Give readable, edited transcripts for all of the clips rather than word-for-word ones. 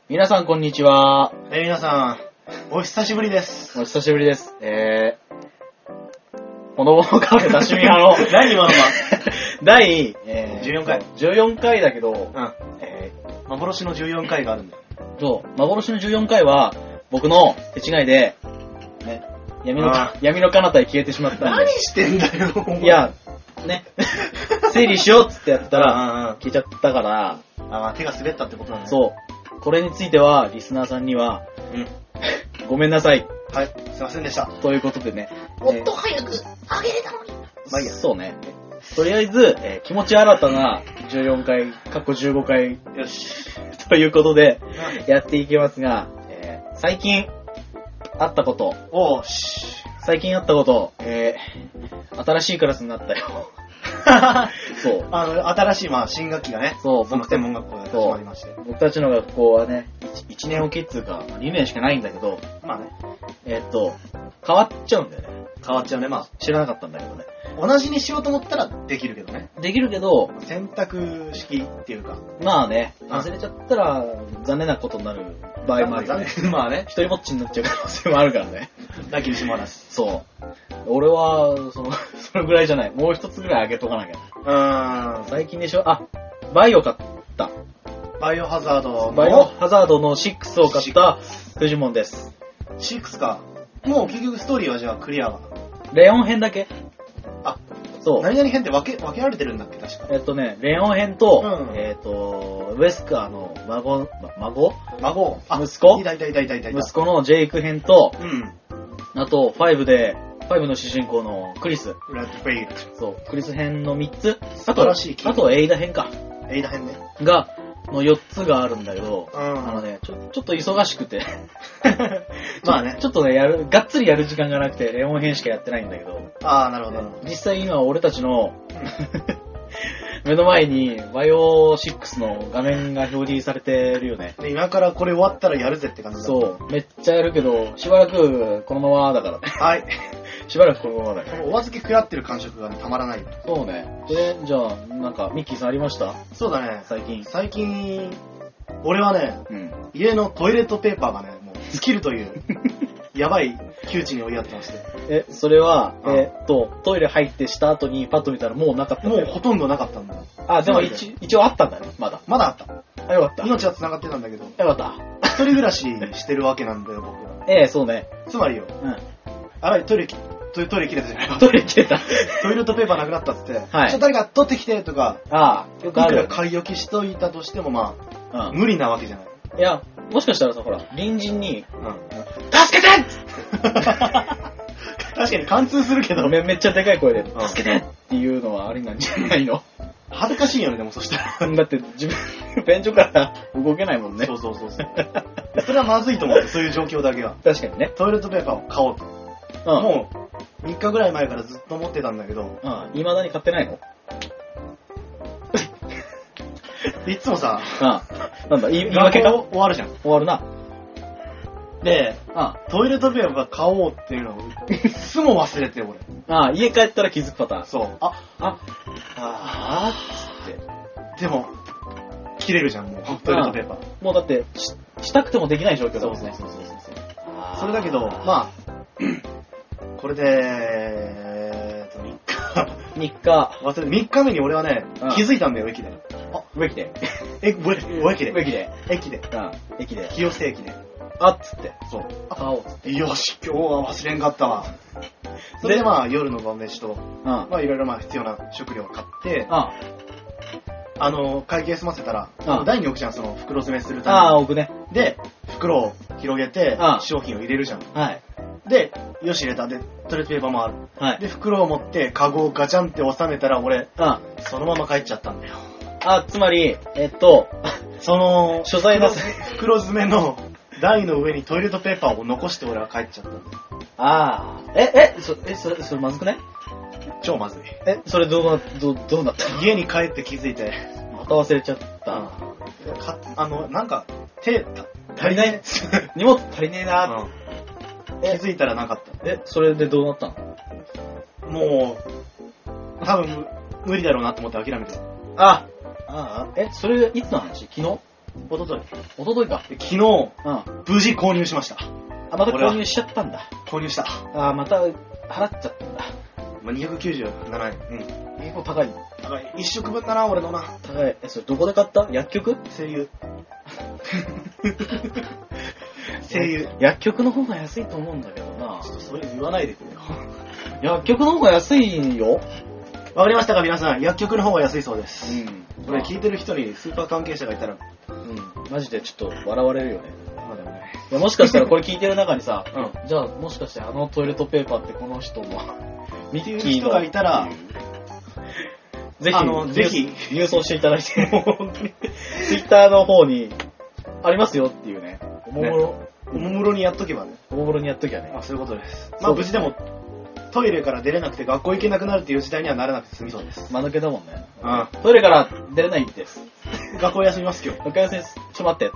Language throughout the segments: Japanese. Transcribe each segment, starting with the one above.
皆さんこんにちは。 皆さん、お久しぶりです。 お久しぶりです。ほのぼのカフェ多趣味派の何今のは第、 14回。 14回だけど、 うん。幻の14回があるんだよ。 そう、幻の14回は、僕の手違いで、ね、闇の彼方へ消えてしまったんで。 何してんだよ、お前いや、ね、整理しようっつってやったら、 あ消えちゃったから、 手が滑ったってことだね。 そう。これについては、リスナーさんには、ごめんなさい。 はい、すいませんでした。 ということでね。 もっと早くあげれたのに。 まあいいや。 そうね。とりあえず、気持ち新たな14回、過去15回、 よし。 ということで、やっていきますが、最近、あったこと、 おーし。 新しいクラスになったよ。そう。 新しい、新学期がね、 そう、 僕専門学校で始まりまして。 僕たちの学校はね、1年おきっつうか、2年しかないんだけど、 まあね、 変わっちゃうんだよね。 変わっちゃうね。 知らなかったんだけどね。 同じにしようと思ったらできるけどね。 できるけど、 選択式っていうか。 まあね、忘れちゃったら残念なことになる場合もあるよね。 まあね。 一人ぼっちになっちゃう可能性もあるからね。 なきにしもあらず。 そう。俺は、そのぐらいじゃない。もう一つぐらいあげとかなきゃ。最近でしょ。バイオ買った。 バイオハザードの。 バイオハザードの6を買ったフジモンです。 6か。もう結局ストーリーはじゃあクリアは。 レオン編だけ。そう。 何々編って分けられてるんだっけ確か。 レオン編と、 うんウェスカーの息子いた。 息子のジェイク編と、 うん。 あと、5の主人公のクリス。 レッドフェイル。 そう、クリス編の3つ。 素晴らしいあと、エイダ編か。 エイダ編ね。 の4つがあるんだけど、 うん。 ちょっと忙しくて。 まあね。 ちょっとね、がっつりやる時間がなくて、レオン編しかやってないんだけど。 なるほど。 実際今、俺たちの目の前に、バイオ6の画面が表示されてるよね。 で、今からこれ終わったらやるぜって感じだ。 そう。めっちゃやるけど、しばらくこのままだからね。 はい。 しばらくこのままだから。 お預け食らってる感触がね、たまらないよ。 そうね。じゃあ、ミッキーさんありました？ そうだね。 最近、 俺はね、 うん。 家のトイレットペーパーがね、もう尽きるという、やばい窮地に追いやってまして。 それは、トイレ入ってした後にパッと見たらもうなかったんだよ。 もうほとんどなかったんだ。 でも一応あったんだね、まだ。 まだあった。 よかった。 命は繋がってたんだけど。 よかった。 一人暮らししてるわけなんだよ、僕は。 そうね。 つまりよ。 うん。 トイレ切れたじゃないトイレ切れた。 トイレットペーパーなくなったっつって、 はい。 誰か取ってきてとか、 よくあるよね。 いくら買い置きしといたとしてもうん。 無理なわけじゃない。 いや、もしかしたらさ、ほら、隣人に、 助けて確かに貫通するけど。 めっちゃでかい声で、 うん助けてっていうのはありなんじゃないの？ 恥ずかしいよね、でもそしたら。 だって自分、便所から動けないもんね。 そう。それはまずいと思って、そういう状況だけは。 確かにね。 トイレットペーパーを買おうと。もう、3日ぐらい前からずっと思ってたんだけど。 未だに買ってないの？ いつもさ、 なんだ、言い訳か？ 終わるじゃん。 終わるな。 で、トイレットペーパー買おうっていうのを、いつも忘れて、俺。 家帰ったら気づくパターン。 そう。 つって。 でも、切れるじゃん、もう、トイレットペーパー。 もうだって、したくてもできない状況だもんね。 そう。それだけど、これで、 3日。 3日目に俺はね、気づいたんだよ、駅で。 駅で。 駅で。清瀬駅で。 っつって。 そう。 買おうっつって。 よし、今日は忘れんかったわ。それで夜の晩飯と、いろいろ必要な食料を買って、会計済ませたら、台に置くじゃん、その袋詰めするために。 置くね。 で、袋を広げて、商品を入れるじゃん。 はい。 で、よし入れた。で、トイレットペーパーもある。 はい。 で、袋を持って、カゴをガチャンって収めたら、俺、そのまま帰っちゃったんだよ。 つまり、 その、 所在な袋詰めの台の上にトイレットペーパーを残して俺は帰っちゃったんだよ。 それまずくね？ 超まずい。 それどうなったの？ 家に帰って気づいて。 また忘れちゃった。 なんか、 足りない荷物足りねえな。 気づいたらなかった。 それでどうなったの？ もう、多分無理だろうなと思って諦めてた。 それいつの話？昨日おとといか。昨日、無事購入しました。 あ、また購入しちゃったんだ。 購入した。 あ、また払っちゃったんだ。 まあ、297円。 結構高い。 高い。1食分だな、俺のな。 高い。それどこで買った？薬局？ 声優。声優。 薬局の方が安いと思うんだけどな。 ちょっとそういうの言わないでくれよ。 薬局の方が安いよ。 わかりましたか皆さん。薬局の方が安いそうです。これ聞いてる人にスーパー関係者がいたら、 マジでちょっと笑われるよね。まあでもね。いやもしかしたらこれ聞いてる中にさ、じゃあもしかしてあのトイレットペーパーってこの人もミッキーの人がいたら、 ぜひ郵送していただいて、ツイッターの方にありますよっていうね。おもむろにやっとけばね。 おもむろにやっときゃね。 あ、そういうことです。まあ無事でもトイレから出れなくて学校行けなくなるっていう時代にはならなくて済みそうです。 間抜けだもんね。トイレから出れないです。 学校休みます今日。 学校休みです。ちょっと待って。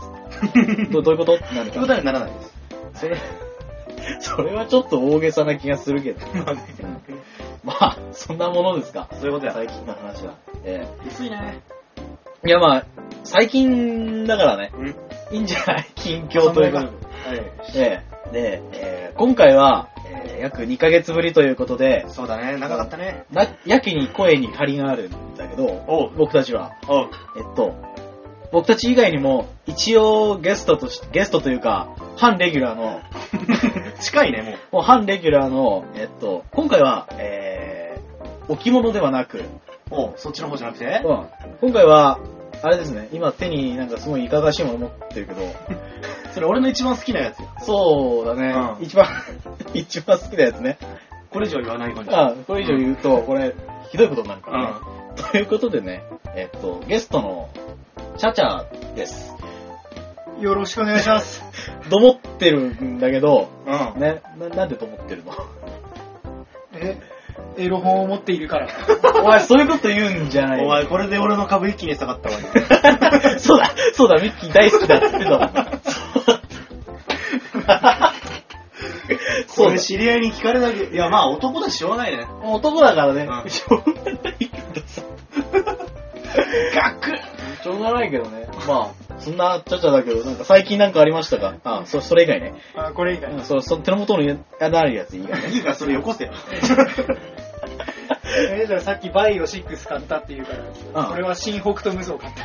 どういうことってなるか。 そういうことにならないです。 それはちょっと大げさな気がするけど。まあ、そんなものですか。 そういうことや。 最近の話は。 安いね。 いやまあ、最近だからね。いいんじゃない？近況というか。で、今回は、約2ヶ月ぶりということで。 そうだね、長かったね。 やけに声に張りがあるんだけど、僕たちは。僕たち以外にも、一応ゲストというか、半レギュラーの、 近いね、 もう半レギュラーの、今回は、置物ではなく、 そっちの方じゃなくて？ 今回は、あれですね、今手になんかすごいいかがわしいもの持ってるけど、 それ俺の一番好きなやつよ。 そうだね、一番好きなやつね。 これ以上言わないのに。 これ以上言うと、これ、ひどいことになるからね。ということでね、ゲストの、チャチャです。 よろしくお願いします。 と思ってるんだけど、ね、なんでと思ってるの？ エロ本を持っているから。 お前そういうこと言うんじゃない。 お前これで俺の株一気に下がったわ。 そうだ、ミッキー大好きだって言ってたもん。 それ知り合いに聞かれなきゃ。いやまあ男だししょうがないね。 男だからね。しょうがないけどさ。しょうがないけどね。まあ、そんなちゃちゃだけど、なんか最近なんかありましたか？それ以外ね。 これ以外。 手の元にあるやつ以外ね。 いいからそれよこせよ。 じゃあさっきバイオ6買ったっていうから、これは新北斗無双買った。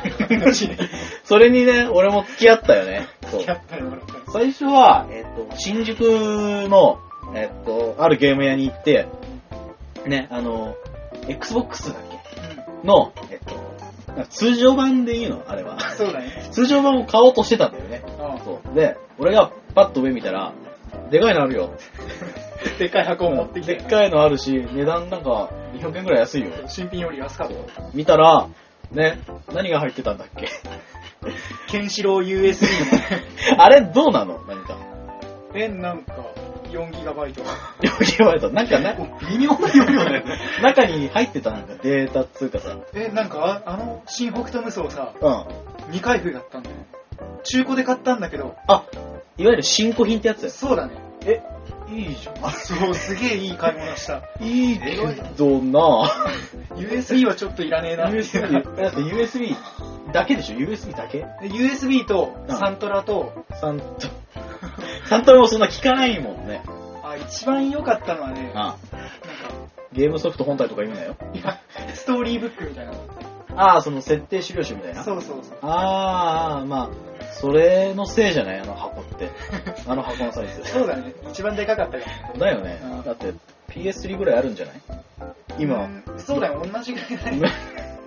それにね、俺も付き合ったよね。 付き合ったよ。 最初は、新宿の、あるゲーム屋に行って、ね、Xbox だっけ？の、通常版でいいのあれは。 そうだね。 通常版を買おうとしてたんだよね。そうで、俺がパッと上見たら、でかいのあるよ。 でっかい箱を持ってきて。 でっかいのあるし、値段なんか200円くらい安いよ。 新品より安かった。 見たら、ね、何が入ってたんだっけ？ ケンシロウ USB あれどうなの？何か。 なんか、4GB。 4GB。なんかね、 微妙な容量だよね。 中に入ってたなんかデータっつうかさ。 なんか、新北斗無双さ、未開封だったんだよ。中古で買ったんだけど。 いわゆる新古品ってやつだよ。 そうだね。 いいじゃん。 そう、すげえいい買い物した。 いいけどな USB はちょっといらねえな。 だって USB だけでしょ？ USB だけ？ USB とサントラと、 サントラもそんな効かないもんね。 一番良かったのはね、なんかゲームソフト本体とか言うなよ。 いや、ストーリーブックみたいな。 その設定資料集みたいな。 そう。 まあ、それのせいじゃない？あの箱って。あの箱のサイズ。 そうだね。一番でかかったから。 だよね。だって PS3 ぐらいあるんじゃない？今。 そうだよ、同じぐらいだね。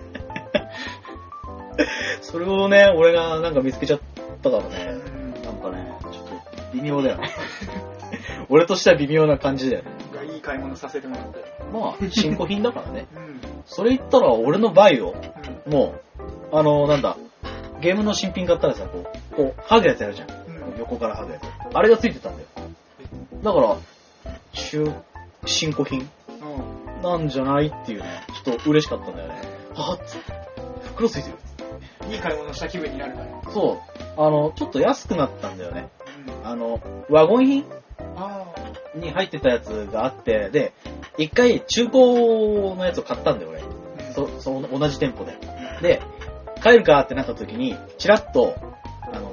それをね、俺がなんか見つけちゃったからね。なんかね、ちょっと微妙だよね。俺としては微妙な感じだよね。 いい買い物させてもらって。 まあ、新古品だからね。それ言ったら俺のバイオ、もう、なんだ、ゲームの新品買ったらさ、こう、剥ぐやつやるじゃん。横から剥ぐやつ。あれがついてたんだよ。だから、新古品なんじゃないっていうね、ちょっと嬉しかったんだよね。はぁっつって。袋ついてる。 いい買い物した気分になるから。 そう。ちょっと安くなったんだよね。ワゴン品に入ってたやつがあって、で、一回中古のやつを買ったんだよ、俺。同じ店舗で。で、帰るかってなった時に、チラッと、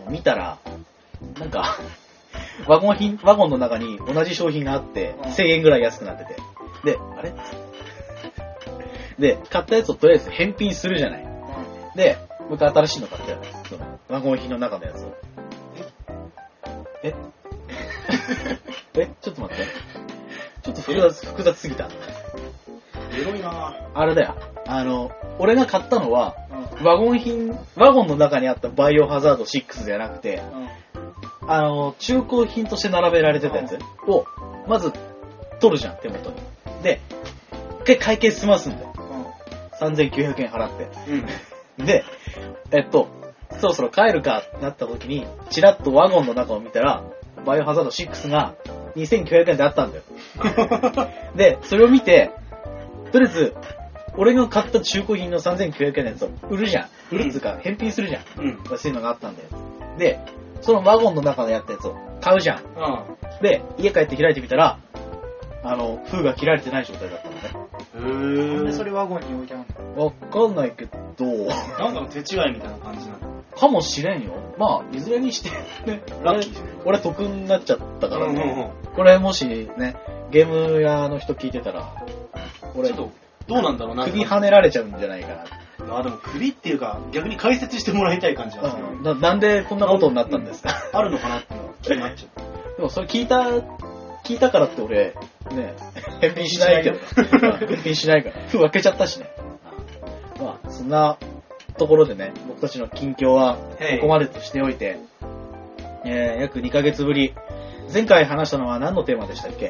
見たら、なんか、ワゴンの中に同じ商品があって、1000円ぐらい安くなってて。で、あれで、買ったやつをとりあえず返品するじゃない。で、僕新しいの買ったよね。そのワゴン品の中のやつを。えちょっと待って。ちょっと複雑すぎた。 エロいなあれだよ。俺が買ったのは、ワゴンの中にあったバイオハザード6じゃなくて、中古品として並べられてたやつを、まず取るじゃん、手元に。で、一回会計済ますんだよ。3900円払って。で、そろそろ帰るかってなった時に、チラッとワゴンの中を見たら、バイオハザード6が2900円であったんだよ。で、それを見て、とりあえず、俺が買った中古品の3900円のやつを売るじゃん。売るっつうか、返品するじゃん。そういうのがあったんだよ。で、そのワゴンの中でやったやつを買うじゃん。で、家帰って開いてみたら、封が切られてない状態だったのね。 なんでそれワゴンに置いてあるの？わかんないけど、 なんかの手違いみたいな感じなのかもしれんよ。まあ、いずれにしてね、 ラッキーじゃん。 俺得になっちゃったからね。これもしね、ゲーム屋の人聞いてたら、俺、 どうなんだろうな。 首跳ねられちゃうんじゃないかな。 でも首っていうか、逆に解説してもらいたい感じがする。 なんでこんなことになったんですか？ あるのかなって気になっちゃう。 でもそれ聞いたからって俺、ね、返品しないけど、返品しないから。封開けちゃったしね。まあ、そんなところでね、僕たちの近況はここまでとしておいて、約2ヶ月ぶり。前回話したのは何のテーマでしたっけ？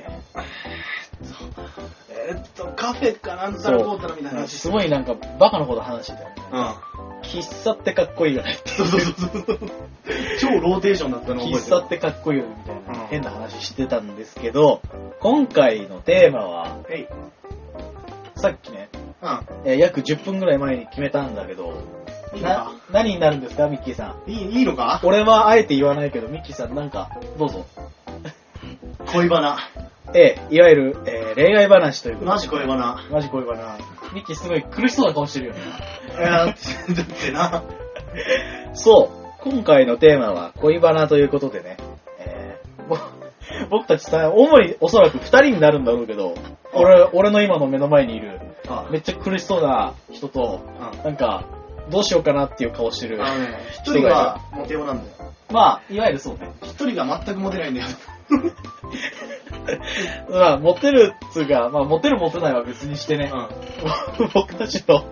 カフェかなんたらこうたらみたいな話。 すごいなんかバカなこと話してたよね。喫茶ってかっこいいよね。 そう超ローテーションだったの覚えてる。 喫茶ってかっこいいよねみたいな変な話してたんですけど、今回のテーマは、さっきね、約10分ぐらい前に決めたんだけど、何になるんですか、ミッキーさん。 いいのか？ 俺はあえて言わないけど、ミッキーさんなんか、どうぞ。 恋バナ。 いわゆる、恋愛話ということで。 マジ恋バナ。 マジ恋バナ。ミッキーすごい苦しそうな顔してるよね。 だってな。 そう。今回のテーマは恋バナということでね。僕たちさ、主におそらく2人になるんだろうけど、俺の今の目の前にいる、めっちゃ苦しそうな人と、なんか、どうしようかなっていう顔してる。 一人がモテようなんだよ。 まあ、いわゆるそうね。 一人が全くモテないんだよ。 まあ、モテるっつうか、まあ、モテるモテないは別にしてね。僕たちの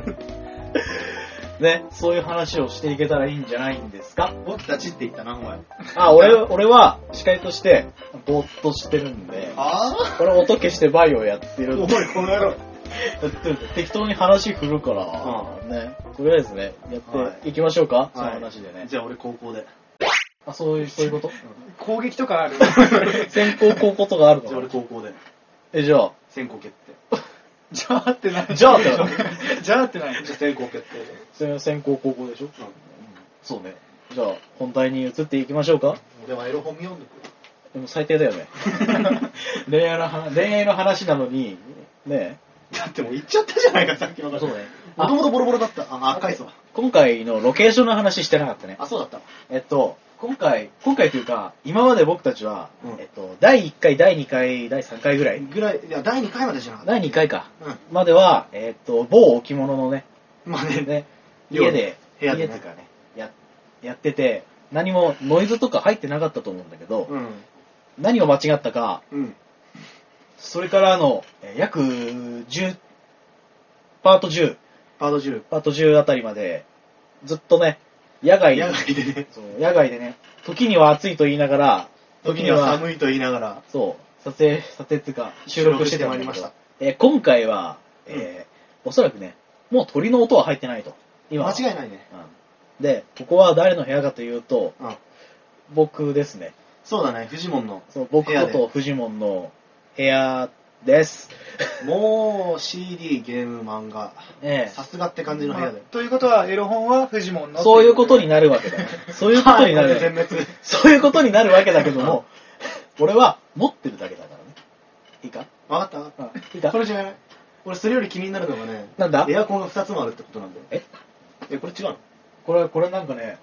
ね、そういう話をしていけたらいいんじゃないんですか。 僕たちって言ったな、お前。 俺は司会としてぼーっとしてるんで、俺音消してバイオやってるんで。 おい、この野郎。 適当に話振るから、ね、とりあえずね、やっていきましょうか、その話でね。 じゃあ俺高校で。 そういうこと攻撃とかある先行高校とかあるの？ じゃあ俺高校で。 じゃあ。 先行決定。 じゃあってない。 じゃあってない。 じゃあってない。 先行決定。 先行高校でしょ？そうね。じゃあ、本題に移っていきましょうか。 でもエロ本読んでくる。 でも最低だよね。恋愛の話なのに、ね。 だってもう言っちゃったじゃないか、さっきの。そうね。もともとボロボロだった。赤いっすわ。 今回のロケーションの話してなかったね。 そうだった。 今回というか、今まで僕たちは、第1回、第2回、第3回ぐらい。 いや、第2回までじゃなかった。 第2回か。までは、某置物のね、 まあね、 家で、 部屋で家とかね、やってて、何もノイズとか入ってなかったと思うんだけど、何を間違ったか、それから約10、パート10あたりまで、ずっとね、野外でね、時には暑いと言いながら、 時には寒いと言いながら、 そう、撮影っていうか、収録してまいりました。今回は、おそらくね、もう鳥の音は入ってないと。 今間違いないね。 で、ここは誰の部屋かというと、僕ですね。 そうだね、フジモンの。 そう、僕ことフジモンの部屋です。 もう CD、ゲーム、漫画。さすがって感じの部屋で。 ということは、エロ本はフジモンの。 そういうことになるわけだ。そういうことになる。そういうことになるわけだけども、俺は持ってるだけだからね。いいか？ わかった？いいか？それじゃない。俺それより気になるのがね、 なんだ？ エアコンが2つもあるってことなんだよ。これ違うの？ これなんかね、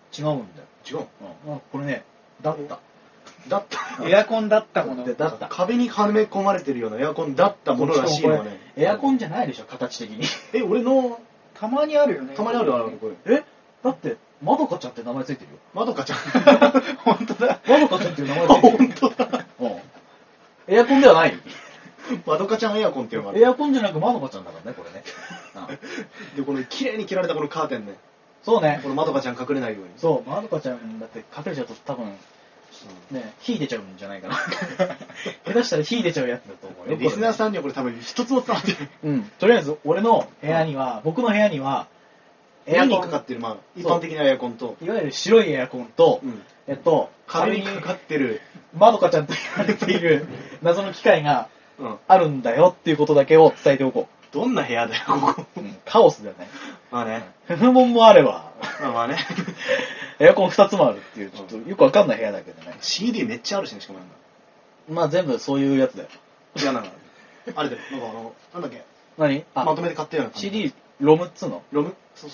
違うんだよ。 違う。 これね、だった。 エアコンだったもの。 だった。 壁にはめ込まれてるようなエアコンだったものらしいのはね。 エアコンじゃないでしょ、形的に。 俺の、 たまにあるよね。 たまにあるこれ。 だって、まどかちゃんって名前ついてるよ。 まどかちゃん。 本当だ。まどかちゃんっていう名前ついてる。 本当だ。 エアコンではない。 まどかちゃんエアコンっていうのがある。 エアコンじゃなくまどかちゃんだからね、これね。 で、この綺麗に切られたこのカーテンね。 そうね。 このまどかちゃん隠れないように。 そう、まどかちゃんだって隠れちゃうと多分、ね、火出ちゃうんじゃないかな。下手したら火出ちゃうやつだと思うよ。 リスナーさんにはこれ多分一つも伝わってる。 とりあえず、俺の部屋には、僕の部屋には、 エアコンにかかってる、一般的なエアコンと、 いわゆる白いエアコンと、 壁にかかってる、 まどかちゃんと言われている謎の機械があるんだよっていうことだけを伝えておこう。どんな部屋だよ、ここ。 カオスだよね。 まあね。 不問もあれば。 まあね。 エアコン2つもあるっていう、ちょっとよくわかんない部屋だけどね。 CD めっちゃあるしね、しかもなんだ。 まあ全部そういうやつだよ。 いや、なんか、あれだよ、なんだっけ。 何？ まとめて買ったような感じ。 CD、ロムっつうの？ ロム？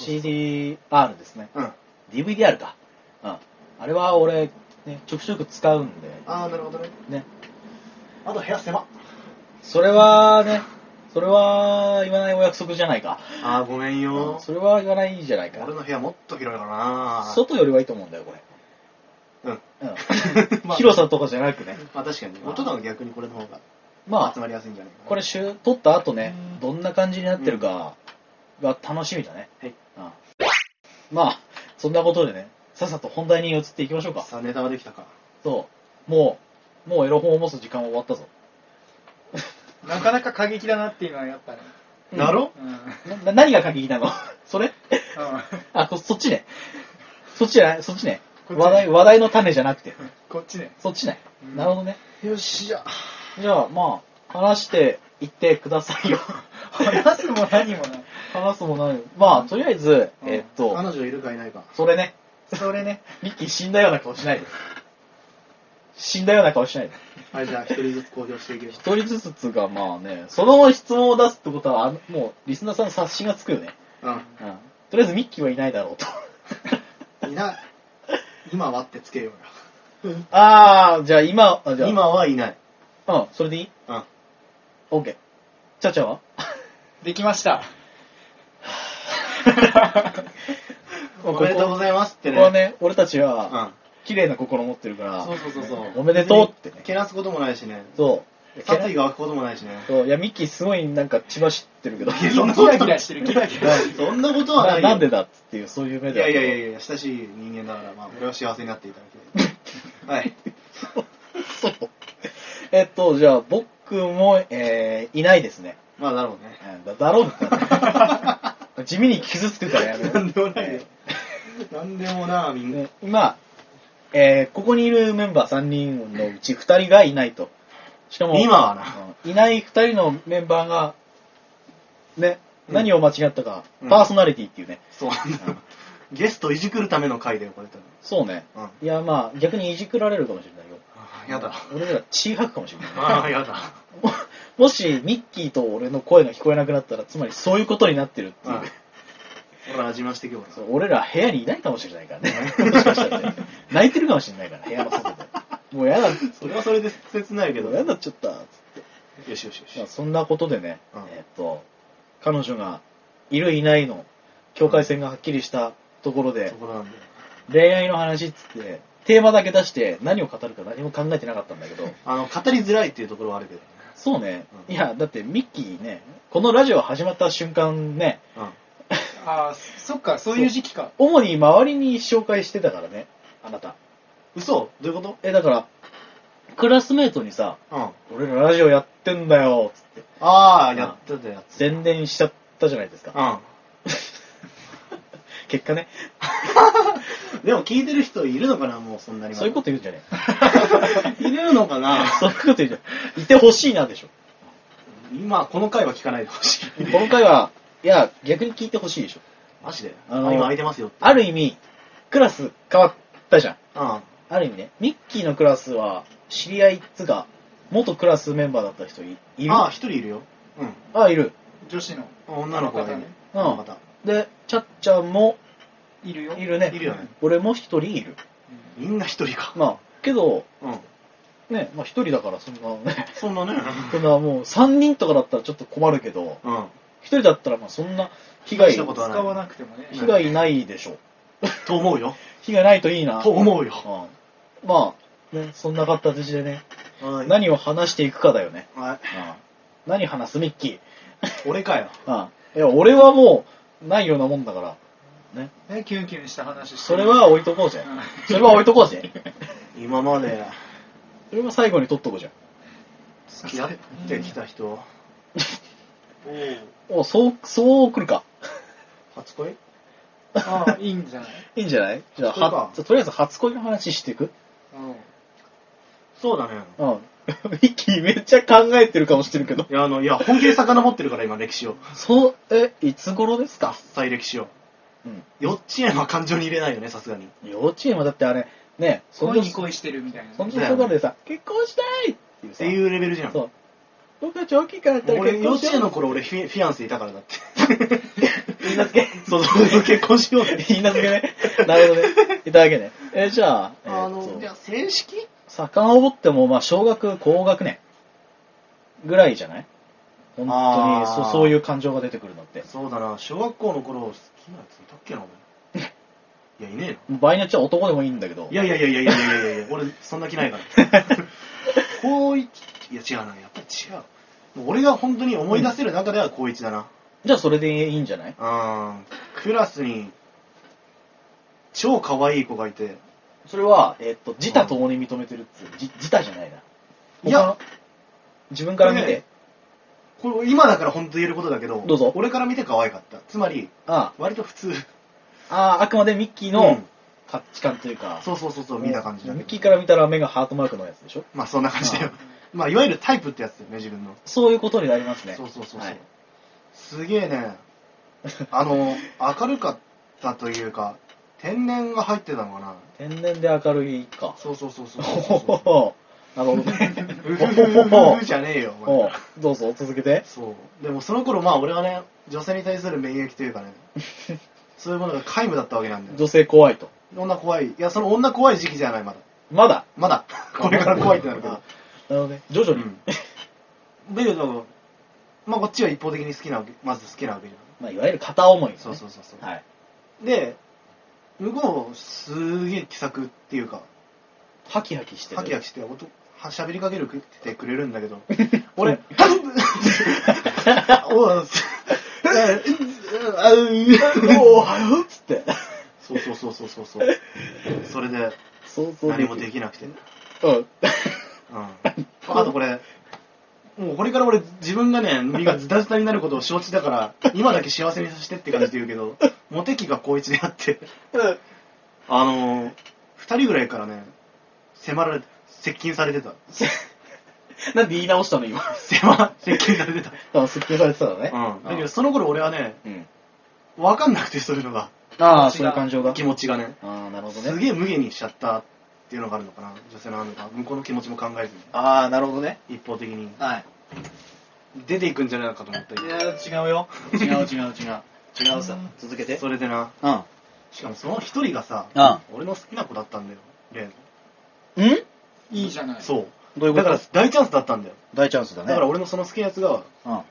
CDR ですね。DVDR か。あれは俺、ね、ちょくちょく使うんで。 なるほどね。 ね。 あと部屋狭。 それはね、それは言わないお約束じゃないか。 ごめんよ。 それは言わないじゃないか。 俺の部屋もっと広いからな。 外よりはいいと思うんだよ、これ。広さとかじゃなくね。 確かに。音が逆にこれの方が集まりやすいんじゃないかな。 これ撮った後ね、どんな感じになってるかが楽しみだね。はい。まあ、そんなことでね、さっさと本題に移っていきましょうか。 さあ、ネタはできたか。 そう。もうエロ本を持つ時間は終わったぞ。 なかなか過激だなっていうのはやったね。 だろ？ 何が過激なの？それ？そっちね。そっちね。話題の種じゃなくて。 こっちね。 そっちね。なるほどね。 よし、じゃあ、まあ、話していってくださいよ。 話すも何もない。 話すも何も。まあ、とりあえず、 彼女いるかいないか。 それね。ミッキー死んだような顔しないで。死んだような顔しないで。 はい、じゃあ一人ずつ公表していける。 一人ずつがまあね、その質問を出すってことは、もうリスナーさんの察しがつくよね。とりあえずミッキーはいないだろうと。 いない。今はってつけようよ。 じゃあ今はいない。 それでいい？オッケー。ちゃちゃは？ できました。 おめでとうございますってね。 ここはね、俺たちは、綺麗な心持ってるから、 そう。 おめでとうってね。 けなすこともないしね。 そう。 殺意が湧くこともないしね。 そう。いや、ミッキーすごいなんか血走ってるけど。 そんなギラギラしてる、ギラギラ。 そんなことはないよ。 なんでだっていう、そういう目で。 いや、親しい人間だから、まあ、俺は幸せになっていただきたい。はい。 そう。じゃあ、僕も、いないですね。 まあ、だろうね。 だろうって。地味に傷つくからやめなんでもないよ。なんでもな、みんな。 今、ここにいるメンバー3人のうち2人がいないと。しかも、 今はな。 いない2人のメンバーが、ね、何を間違ったか、パーソナリティっていうね。 そうなんだ。ゲストいじくるための回で呼ばれたの。 そうね。いや、まあ、逆にいじくられるかもしれないよ。 やだ。 俺ら血吐くかもしれない。 やだ。 もし、ミッキーと俺の声が聞こえなくなったら、つまりそういうことになってるっていう。 俺ら味増して今日俺ら部屋にいないかもしれないからね。もしかしたらね。泣いてるかもしれないから、部屋の外で。もうやだ。 それはそれで切ないけど。 やだっちゃった。つって。 よし。 まあ、そんなことでね、彼女がいるいないの境界線がはっきりしたところで、恋愛の話っつって、テーマだけ出して何を語るか何も考えてなかったんだけど。 語りづらいっていうところはあるけど。 そうね。いや、だってミッキーね、このラジオ始まった瞬間ね、 そっか、そういう時期か。 主に周りに紹介してたからね、あなた。 嘘？どういうこと？ だから、クラスメートにさ、俺らラジオやってんだよ、つって。 やってたやつ。 宣伝しちゃったじゃないですか。結果ね。 でも聞いてる人いるのかな、もうそんなに。 そういうこと言うんじゃねえ。いるのかな。 そういうこと言うんじゃねいてほしいなでしょ。 今、この回は聞かないでほしい。 この回は、いや、逆に聞いてほしいでしょ。 マジで今空いてますよって。 ある意味、クラス変わったじゃん。 ある意味ね、ミッキーのクラスは、知り合いっつが、元クラスメンバーだった人いる？ 一人いるよ。 いる。 女子の。 女の子がね。 で、ちゃっちゃんも、 いるよ。 いるね。 いるよね。 俺も一人いる。 みんな一人か。 まあ、けど、 うん。 ね、まあ一人だからそんなね、 そんなね。 そんなもう3人とかだったらちょっと困るけど、 うん。 一人だったらまあそんな被害、 したことは使わなくてもね。 被害ないでしょ。 と思うよ。 被害ないといいな。 と思うよ。 うん、まあ、ね、そんな形でね、 はい。 何を話していくかだよね。 はい。 うん、何話すミッキ俺かよ。 ー。いや、俺はもう、ないようなもんだから。ね。 キュンキュンした話して。 それは置いとこうぜ。それは置いとこうぜ。 今までそれは最後に取っとこうじゃん。 付き合ってきた人。 そう来るか。 初恋？ ああ、いいんじゃない？ いいんじゃない？じゃあ、 初恋かとりあえず初恋の話していく？ そうだね。 うん。ミッキーめっちゃ考えてる顔してるけど。 いや、本気で遡ってるから今、歴史を。 いつ頃ですか？ 再歴史を。 うん。 幼稚園は感情に入れないよね、さすがに。 幼稚園はだってあれ、ね、 恋に恋してるみたいな。 そんなところでさ、結婚したいっていうさ。 っていうレベルじゃん。 そう。僕たち大きいからだったら俺、幼結婚しよう。 稚園の頃俺フィアンセいたからだって。 言い名付け。 そう、結婚しようって。 言い名付けね。なるほどね。いただけね。じゃあ、 じゃあ正式？ 遡っても、まあ、小学、高学年ぐらいじゃない？本当にそういう感情が出てくるのって。 そうだな、小学校の頃好きなやついたっけな、俺。いや、いねえ場合によっちゃ男でもいいんだけど。 いや、俺、そんな気ないから。高一、いや違うな、やっぱり違う。もう俺が本当に思い出せる中では高一だな。 じゃあそれでいいんじゃない？ クラスに、超可愛い子がいて。 それは、自他ともに認めてるっつう。自他じゃないな。 いや、 自分から見て。 これ今だから本当言えることだけど、 どうぞ。 俺から見て可愛かった。つまり、割と普通。 あくまでミッキーの価値観というか。 そう、見た感じだ。 ミッキーから見たら目がハートマークのやつでしょ？ まあそんな感じだよ。まあいわゆるタイプってやつだよね、自分の。 そういうことになりますね。 そう。 はい、 すげえね、明るかったというか、天然が入ってたのかな。 天然で明るいか。 そう。 なるほどね。 じゃねえよ。 どうぞ、続けて。 そう。でもその頃、まあ俺はね、女性に対する免疫というかね、そういうものが皆無だったわけなんだよ。 女性怖いと。 女怖い。いや、その女怖い時期じゃない、まだ。まだ。これから怖いってなるけど。 なるほどね。徐々に。 だけど、まあこっちは一方的にまず好きなわけじゃん。 まあいわゆる片思いね。 そう。 はい。 で、向こう、すげえ気さくっていうか、 ハキハキしてる。 ハキハキして、喋りかけてくれるんだけど、俺、おはようっつって。そう。それで、何もできなくて。あとこれ、もうこれから俺自分がね、身がズタズタになることを承知だから、今だけ幸せにさせてって感じで言うけど、モテ期が高一であって、二人ぐらいからね、接近されてた。 なんで言い直したの今。 接近されてた。 接近されてたのね。 だけどその頃俺はね、わかんなくてそういうのが。 そういう感情が。 気持ちがね。 なるほどね。 すげえ無下にしちゃったっていうのがあるのかな。女性のあるのか。向こうの気持ちも考えずに。 なるほどね。 一方的に。 はい。 出ていくんじゃないかと思ったり。いや、違うよ。違うさ。続けて。 それでな。しかもその一人がさ、俺の好きな子だったんだよ。例の。 いいじゃない。 そう。どういうこと？だから大チャンスだったんだよ。 大チャンスだね。 だから俺のその好きなやつが、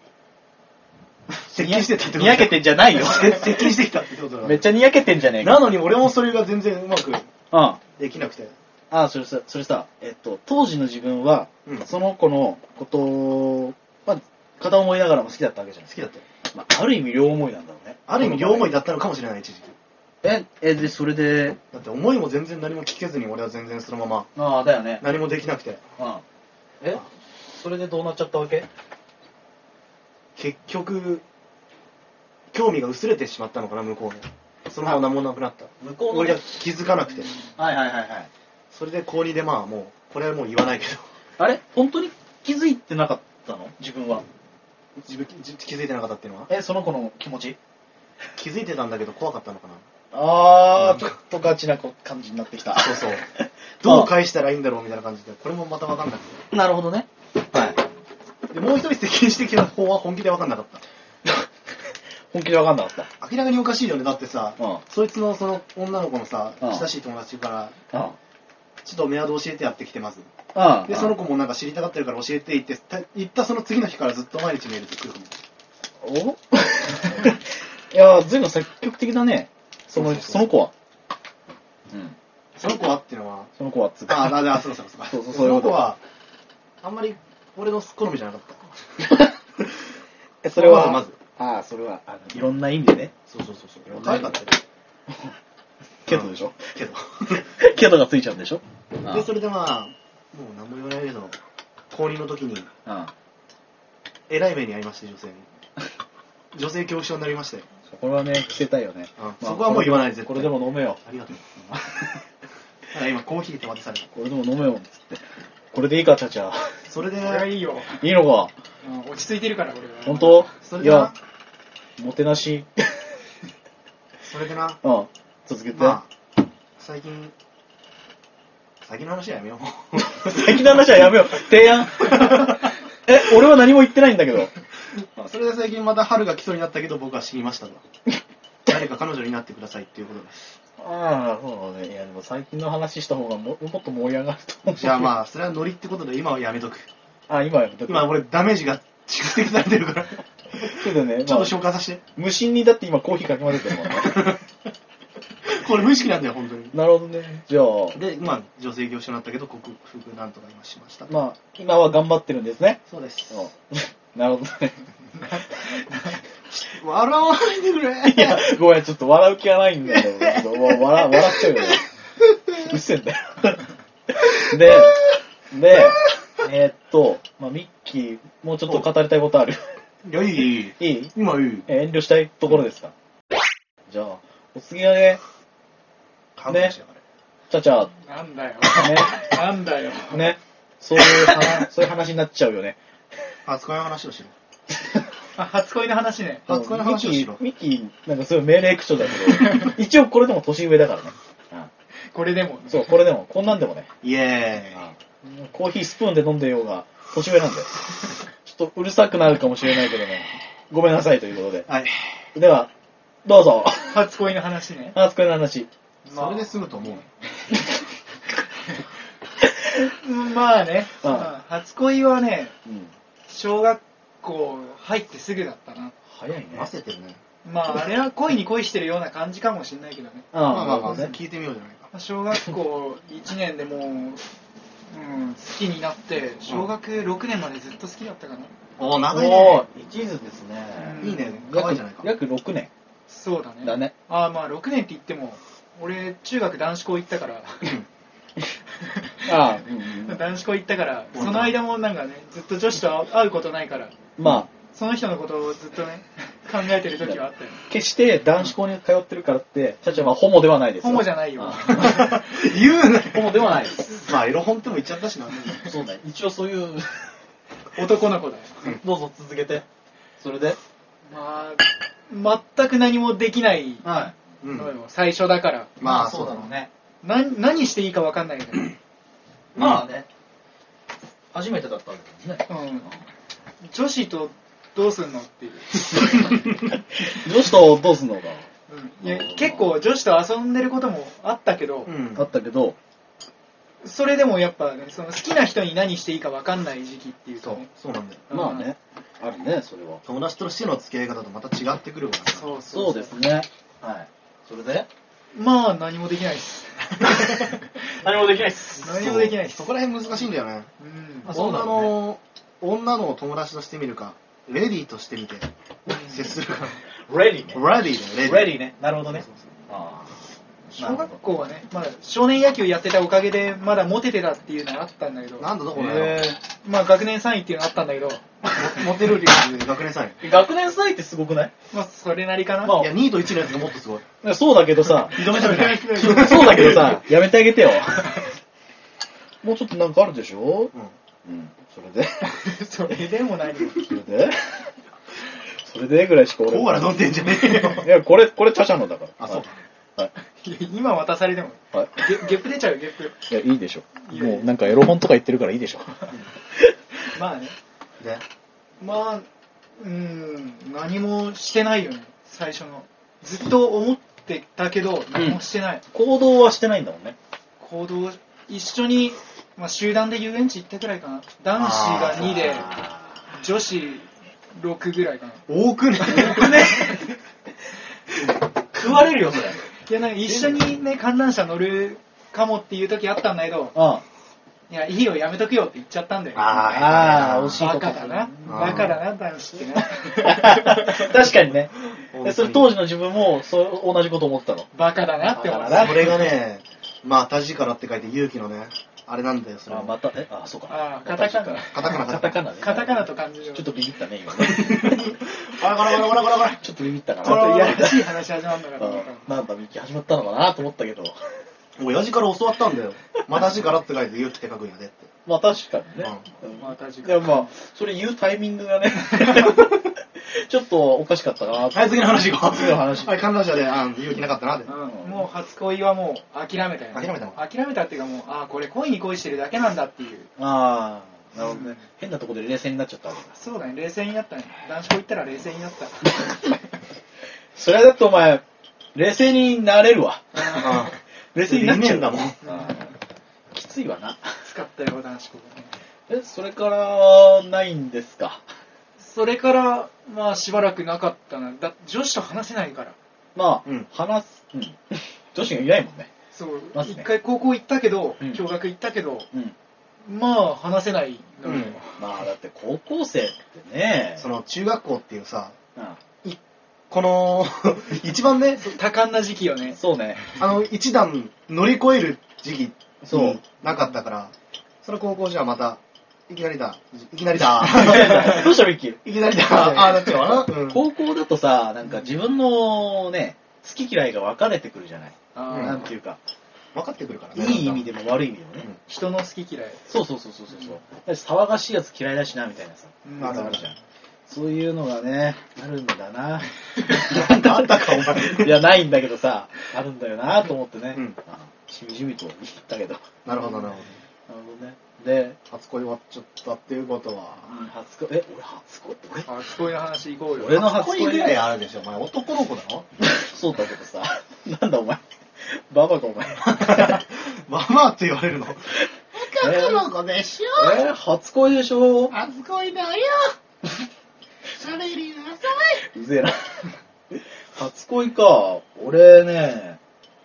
接近してたってこと。 にやけてんじゃないよ。 接近してきたってことだ。 めっちゃにやけてんじゃねえか。 なのに俺もそれが全然うまくできなくて。 それさ、当時の自分は、その子のことを、まあ、片思いながらも好きだったわけじゃない。 好きだったよ。 まあ、ある意味両思いなんだろうね。 ある意味両思いだったのかもしれない、一時期。 で、それで。 だって思いも全然何も聞けずに俺は全然そのまま。だよね。 何もできなくて。 それでどうなっちゃったわけ？ 結局、興味が薄れてしまったのかな、向こうの。そのまま何もなくなった。 向こうの俺が気づかなくて。 はい。 それで高2でまあもう、これはもう言わないけど。 あれ本当に気づいてなかったの？自分は。 気づいてなかったっていうのは？ その子の気持ち？ 気づいてたんだけど怖かったのかな。 ちょっとガチな感じになってきた。 そう。どう返したらいいんだろうみたいな感じで、これもまた分かんなくて。 なるほどね。はい。 で、もう一人接近してきた方は本気で分かんなかった。 本気でわかんなかった。 明らかにおかしいよね。だってさ、 うんそいつのその女の子のさ、 うん親しい友達から、 うん。 ちょっとメアド教えてやってきてます。 うん。 で、その子もなんか知りたがってるから教えて言ったその次の日からずっと毎日メールで来るかも。 おいや、ずいぶん積極的だね。その子は。うん。 その子はっていうのは、 その子はっつうか。 そうそう。 そういうことの子は、あんまり俺の好みじゃなかった。 それは、 まず。 ああ、それは、いろんな意味でね。 そう。可愛かったよ。 けどでしょ。 けど。 けどがついちゃうんでしょ。 で、それでまあ、もう何も言わないけど、高2の時に、 うん。 えらい目に遭いまして、女性に。女性恐怖症になりまして。 これはね、着せたいよね。 そこはもう言わないで絶対これでも飲めよ。 ありがとう。だから今コーヒー手渡された。 これでも飲めよ、つって。これでいいか、ちゃちゃ。 それで、 これはいいよ。 いいのか。 落ち着いてるから、俺は。 本当？いやそれでな、、 もてなし。 それでな、 うん。続けて。 まあ、最近の話はやめよう。 最近の話はやめよう。提案。俺は何も言ってないんだけど。 それで最近また春が来そうになったけど僕は死にましたと。誰か彼女になってくださいっていうことです。 ああ、そうね。いや、でも最近の話した方がもっと盛り上がると思う。 じゃあまあ、それはノリってことで今はやめとく。 あ、今はやめとく。 今俺ダメージが蓄積されてるから。 そうだよね。 ちょっと消化させて。 無心にだって今コーヒーかき混ぜてるもんね。 これ無意識なんだよ、本当に。 なるほどね。じゃあ、 で、まあ、女性業種になったけど、克服なんとか今しました。 まあ、今は頑張ってるんですね。 そうです。 うんなるほどね。 笑わないでくれ。 いや、ごめん、ちょっと笑う気はないんだけど、笑っちゃうよね。うっせえんだよ。で、まあ、ミッキー、もうちょっと語りたいことある。 いや、いい。 いい今いい。 遠慮したいところですか。じゃあ、お次はね、 勘弁してよ、 ちゃちゃ、 なんだよ。 ね、 なんだよ。 ね、そういう話になっちゃうよね。 初恋の話をしろ。 あ、初恋の話ね。 初恋の話をしろ。 ミッキー、なんかすごい命令口調だけど、一応これでも年上だからね。 これでもね。 そう、これでも、こんなんでもね。 イエコーヒースプーンで飲んでようが、年上なんだよ。ちょっとうるさくなるかもしれないけどね。ごめんなさいということで。 ーイ。はい。 では、どうぞ。 初恋の話ね。 初恋の話。 それで済むと思う。 まあね、 うんまあ初恋はね、 うん。 小学校入ってすぐだったな。 早いね。 焦ってるね。 まああれは恋に恋してるような感じかもしれないけどね。 あまあまあまあ、 ね。 聞いてみようじゃないか。 小学校1年でもう、好きになって、小学6年までずっと好きだったかな。 おー、長いおね。 ー、一途ですね。 うんいいね。可愛いじゃないか。 約6年。 そうだね。 だね。 ああまあ6年って言っても、俺中学男子校行ったから、 ああ、うん。 男子校行ったから、その間もなんかね、ずっと女子と会うことないから、 まあ、 その人のことをずっとね、考えてる時はあったよ。 決して男子校に通ってるからって、ちゃちゃはホモではないですよ。 ホモじゃないよ。 言うな。 ホモではないです。 まあ、エロ本っても言っちゃったしな。 そうだよ。一応そういう、 男の子だよ。 どうぞ続けて。それでまあ、全く何もできないはのよ、最初だから。 まあ、 そうだろうね。 何していいか分かんないけど。 まあね。初めてだったわけですね。 うん。女子とどうすんのっていう。 女子とどうすんのか。 いや結構女子と遊んでることもあったけど、 うん。 あったけど、 それでもやっぱね、その好きな人に何していいか分かんない時期っていうかそうね。、 そうなんだよ。 まあね。あるね、それは。 友達としての付き合い方とまた違ってくるからさ。 そうですね。はい。それでまあ何もできないです。 何もできないっす。 何もできないです。 そこら辺難しいんだよね。 うん。 まあそうだろ女の友達として見るか、レディーとして見て、接するか。 レディね。 レディーだよ、 レディね。なるほどねそうそう。 あ小学校はね、まだ少年野球やってたおかげでまだモテてたっていうのがあったんだけど、 なんだどこあ。 だよ。 まあ学年3位っていうのがあったんだけど、 モテる率学年3位。 学年3位ってすごくない？ まあそれなりかな。 まあいや、2位と1のやつがもっとすごい。 そうだけどさ、 認めたくない。 そうだけどさ、やめてあげてよ。もうちょっとなんかあるでしょ？うん。それでそれでも何も。 それでぐらいしか俺。 コーラ飲んでんじゃねえよ。 いや、これチャチャのだから。 あ、そう。 はい。 いや今渡されても、 はい。 ゲップ出ちゃうよ、ゲップ。 いや、いいでしょ。 いやいやもうなんかエロ本とか言ってるからいいでしょ。 まあね。 で、 まあ、何もしてないよね。 最初の。ずっと思ってたけど、何もしてない。 行動はしてないんだもんね。 行動、一緒に、まあ、集団で遊園地行ったくらいかな。男子が2で、女子6ぐらいかな。 多くね。 食われるよ、それ。 いや、なんか一緒にね、観覧車乗るかもっていう時あったんだけど、いや、いいよ、やめとくよって言っちゃったんだよ。 惜しいこと。 バカだな。バカだな、男子ってな。 確かにね。それ当時の自分も同じこと思ったの。 バカだなって思った。 それがね、まあ、田力って書いて勇気のね、あれなんだよ、それ。 また、そうか。 カタカナ。 カタカナね。 カタカナと漢字を。 ちょっとビビったね、今ね。 ガラガラガラガラガラ。 ちょっとビビったかな。 ちょっといやらしい話始まるんだから。 なんだ、ミキ始まったのかなと思ったけど。 親父から教わったんだよ。また字からって書いて勇気って書くんやでって。 まあ確かにね。 まあ確かに。 いやまあ、それ言うタイミングがね、ちょっとおかしかったかな。 はい、次の話行こう。 次の話。 はい、観覧車で、勇気なかったなって。 もう初恋はもう諦めたよね。諦めたっていうかもう、これ恋に恋してるだけなんだっていう。 なるほどね。変なところで冷静になっちゃったわけだ。 そうだね、冷静になったね。男子校行ったら冷静になった。 それはだってお前、冷静になれるわ。冷静になっちゃうんだもん。きついわな。 使ったよ、男子校。 それからないんですか。 それからまあしばらくなかったな。女子と話せないから。 まあ、話す、女子がいないもんね。 そう、一回高校行ったけど、共学行ったけど、まあ話せないのよ。 まあだって高校生ってね、 その中学校っていうさ、この一番ね、 多感な時期よね。 そうね。 一段乗り越える時期そうなかったから、その高校じゃまたいきなりだ。 どうしたミッキー？ いきなりだ。なっちゃうわな。 高校だとさ、なんか自分のね、好き嫌いが分かれてくるじゃない。なんていうか。 分かってくるからね。 いい意味でも悪い意味でもね。 人の好き嫌い。 そう。騒がしいやつ嫌いだしな、みたいなさ。あるじゃん。そういうのがね、あるんだな。 あったか、お前。 いや、ないんだけどさ、あるんだよなと思ってね。しみじみと言ったけど。 なるほどね。 で、 初恋終わっちゃったっていうことは。 俺初恋の話行こうよ。 俺の初恋ぐらいあるでしょ、お前。男の子だろそうだけどさ、なんだお前。ババかお前。 ババって言われるの。 男の子でしょ。 初恋でしょ。 初恋だよ。喋りなさい。 うぜえな。初恋か。俺ね、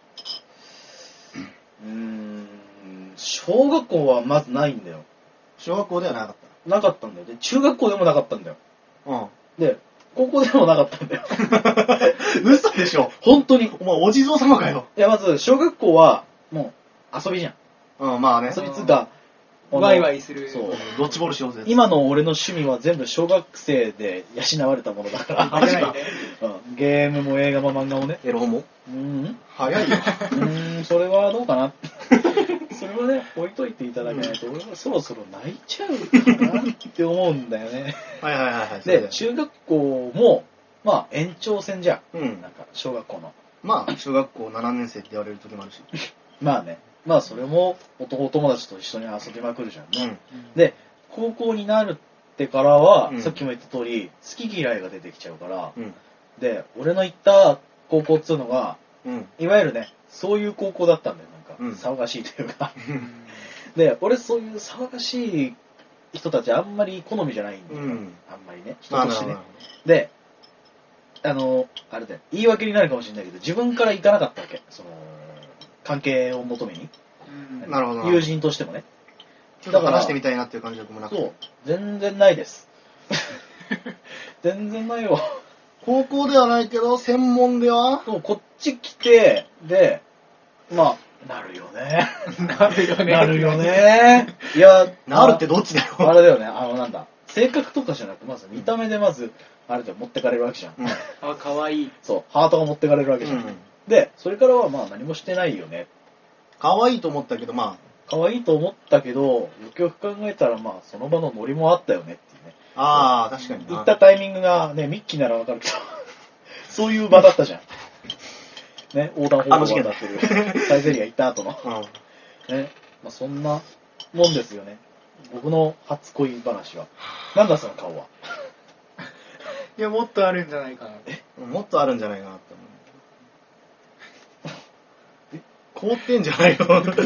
小学校はまずないんだよ。 小学校ではなかった。 なかったんだよ。で、中学校でもなかったんだよ。で、高校でもなかったんだよ。 嘘でしょ。 本当に。 お前お地蔵様かよ。 いや、まず、小学校は、もう、遊びじゃん。 まあね。 遊びつうか、 ワイワイする。 そう。 ドッジボールしようぜ。 今の俺の趣味は全部小学生で養われたものだから。 マジか。 ゲームも映画も漫画もね。 エロ本も早いよ。 それはどうかな。それはね、置いといていただけないと、俺はそろそろ泣いちゃうかなって思うんだよね。 はい。 で、中学校も、まあ、延長戦じゃん。なんか、小学校の。 まあ、小学校7年生って言われる時もあるし。 まあね。まあ、それも、男友達と一緒に遊びまくるじゃんね。で、高校になるってからは、さっきも言った通り、好き嫌いが出てきちゃうから、で、俺の行った高校っつうのが、いわゆるね、そういう高校だったんだよ。騒がしいというか。で、俺そういう騒がしい人たちあんまり好みじゃないんだよ。あんまりね。人としてね。で、あれだよ。言い訳になるかもしれないけど、自分から行かなかったわけ。その、関係を求めに。 なるほど。 友人としてもね。 ちょっと話してみたいなっていう感じもなくて。 そう。全然ないです。全然ないよ。 高校ではないけど、専門ではそう、こっち来て、で、まあ、なるよね。なるよね。いや、 なるってどっちだよ。 あれだよね。なんだ。性格とかじゃなく、まず見た目でまず、あれで持ってかれるわけじゃん。 かわいい。 そう、ハートが持ってかれるわけじゃん。で、それからはまあ何もしてないよね。 可愛いと思ったけど、まあ。 可愛いと思ったけど、よくよく考えたらまあ、その場のノリもあったよねっていうね。 確かに。 行ったタイミングがね、ミッキーならわかるけど、そういう場だったじゃん。ね、横断歩道を渡ってるサイゼリア行った後の、ね、まあ、そんなもんですよね。僕の初恋話は。なんだその顔は。 いや、もっとあるんじゃないかな。 もっとあるんじゃないかなって思う。凍ってんじゃないの？ いや、なんか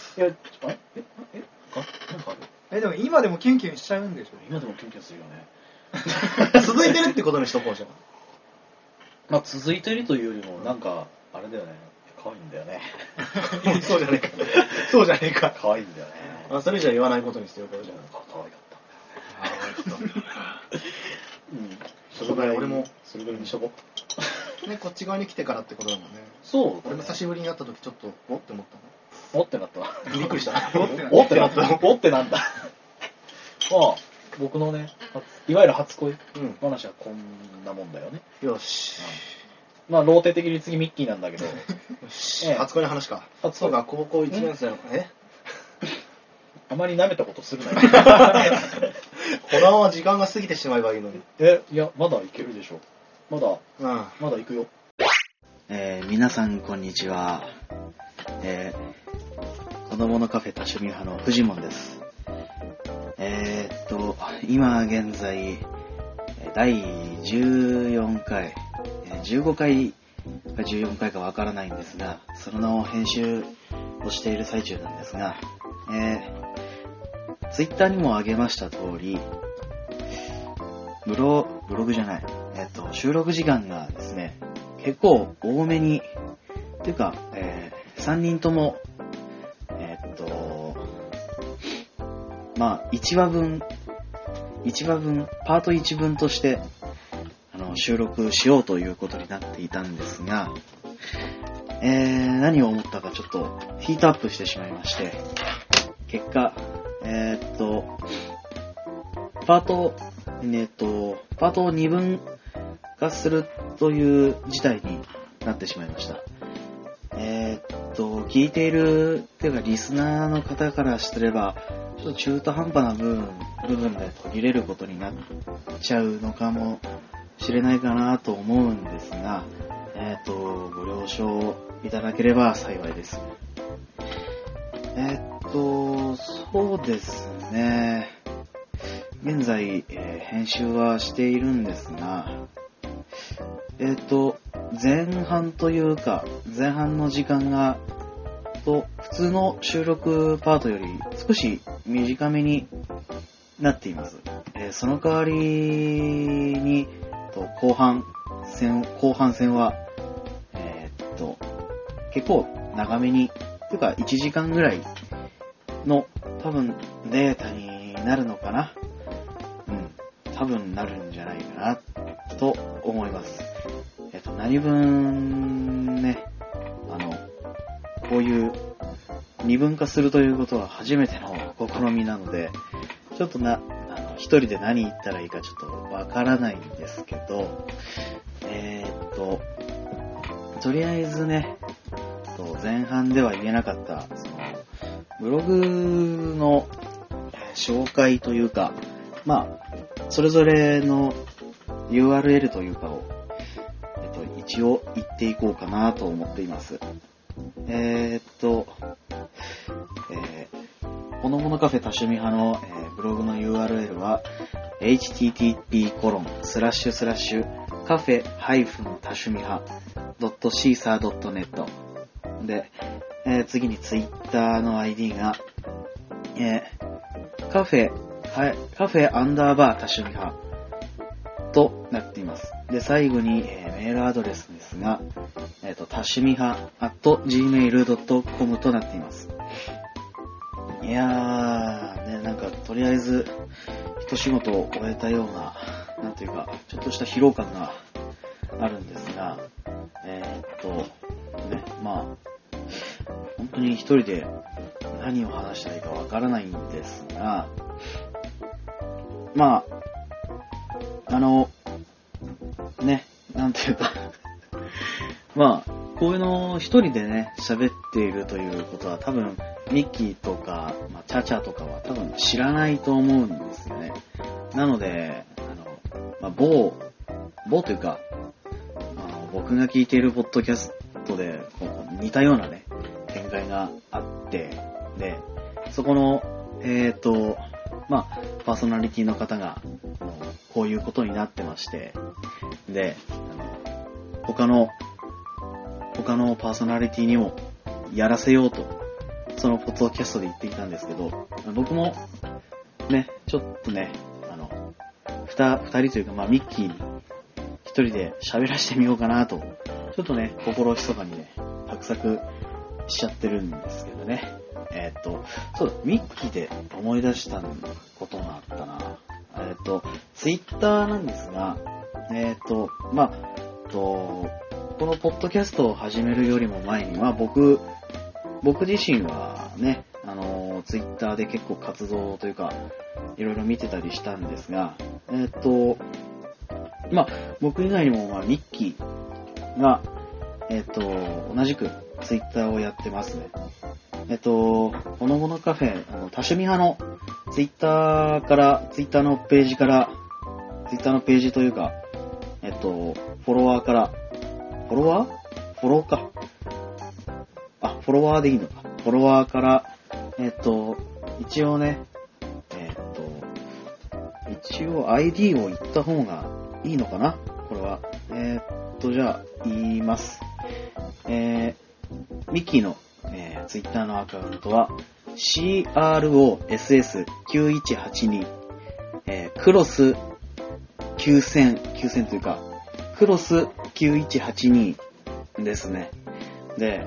ある？ でも今でもキュンキュンしちゃうんでしょ？ 今でもキュンキュンするよね。 続いてるってことにしとこうじゃん。 まあ続いてるというよりも、なんか、あれだよね。可愛いんだよね。 そうじゃねえか。そうじゃねえか。 可愛いんだよね。 あ、それじゃ言わないことにしてるからじゃん。 可愛かったんだよね。うん。 そうだよ俺もそれぐらいにしとこう。 ね、こっち側に来てからってことだもんね。 そう。 俺も久しぶりに会った時ちょっと、おって思ったおってなったわ。 の。びっくりした。 おってなったおってなった。おってなんだ。まあ、僕のね、いわゆる初恋うん。 話はこんなもんだよね。 よし。 まあ、ローテ的に次ミッキーなんだけど、 よし。 ええ初恋の話か。 初恋そうか、高校1年生の子ね。 あまり舐めたことするなよ。 このまま時間が過ぎてしまえばいいのに。 いや、まだいけるでしょ。まだ行くよ。 皆さんこんにちは。子供のカフェ多趣味派のフジモンです。今現在、第14回、15回か14回かわからないんですが、その名を編集をしている最中なんですが、ツイッターにも上げました通り、ブログじゃない、収録時間がですね、結構多めに、というか、3人とも、まあ、1話分、パート1分として、収録しようということになっていたんですが、何を思ったかちょっとヒートアップしてしまいまして、結果、パートを2分化するという事態になってしまいました。聞いている、というかリスナーの方からすれば、ちょっと中途半端な部分で途切れることになっちゃうのかもしれないかなと思うんですが、ご了承いただければ幸いです。そうですね。現在、編集はしているんですが、前半というか、前半の時間が、普通の収録パートより少し短めになっています。その代わりに、後半戦は、結構長めに、というか1時間ぐらいの多分データになるのかな。多分なるんじゃないかなと思います。何分ね、こういう二分化するということは初めての試みなので、ちょっと一人で何言ったらいいかちょっとわからないんですけど、とりあえずね、前半では言えなかった、ブログの紹介というか、まあ、それぞれの URL というかを、一応言っていこうかなと思っています。ほのぼのカフェ多趣味派の、ブログの URL は http://cafe-多趣味派.caesar.net で、次に Twitter の ID が、カフェ_多趣味派となっています。で、最後に、メールアドレスですが、多趣味派 @gmail.com となっています。いやー、ね、なんかとりあえず一仕事を終えたような、なんというか、ちょっとした疲労感があるんですが、まあ、本当に一人で何を話したらいいかわからないんですが、まあ、ね、なんていうか、まあ、こういうのを一人でね、喋っているということは多分、ミッキーとか、チャチャとかは多分知らないと思うんですよね。なので、某というか、僕が聞いているポッドキャストで、似たようなね、展開があって、で、そこの、パーソナリティの方が、こういうことになってまして、で、 他のパーソナリティにもやらせようと、そのポッドキャストで言っていたんですけど、僕もね、ちょっとね、二人というか、まあミッキーに一人で喋らせてみようかなと、ちょっとね、心ひそかにね、画策しちゃってるんですけどね。そうだ、ミッキーで思い出したことがあったな。ツイッターなんですが、まあ、このポッドキャストを始めるよりも前には、僕自身はね、ツイッターで結構活動というか、いろいろ見てたりしたんですが、まあ、僕以外にも、まあ、ミッキーが、同じくツイッターをやってますね。ほのぼのカフェ、多趣味派のツイッターのページというか、フォロワーから、フォロワーでいいのか。フォロワーから、一応ね、一応 ID を言った方がいいのかなこれは。じゃあ、言います。ミッキーの、ツイッターのアカウントは、CROSS9182、クロス9000というか、クロス9182ですね。で、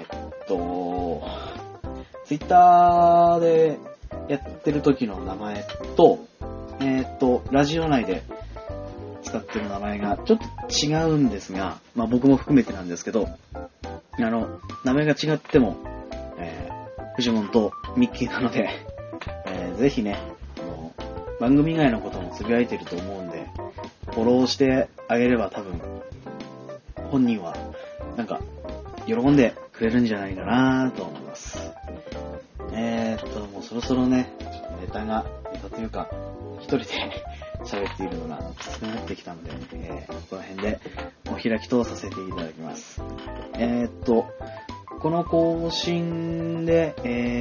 ツイッターでやってる時の名前と、ラジオ内で使ってる名前がちょっと違うんですが、まあ僕も含めてなんですけど、名前が違っても、フジモンとミッキーなので、ぜひね、番組以外のこともつぶやいてると思うんで、フォローしてあげれば多分、本人は、なんか、喜んでくれるんじゃないかなと思います。もうそろそろね、ネタというか、一人で喋っているのがきつくなってきたので、この辺でお開きとさせていただきます。この更新で、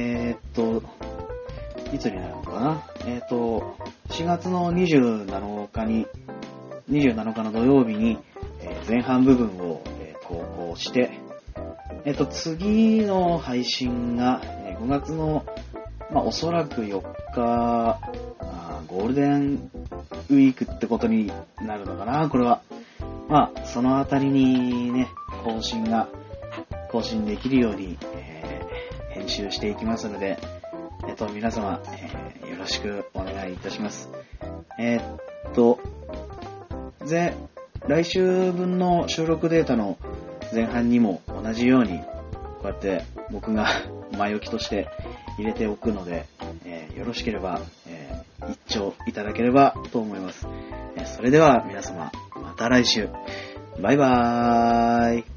いつになるのかな4月の27日の土曜日に、前半部分を、投稿して、次の配信が、5月の、まあ、おそらく4日、ゴールデンウィークってことになるのかなこれは。まあ、そのあたりにね、更新できるように、編集していきますので、皆様、よろしくお願いいたします。来週分の収録データの前半にも同じように、こうやって僕が前置きとして入れておくので、よろしければ、一聴いただければと思います。それでは皆様、また来週。バイバーイ。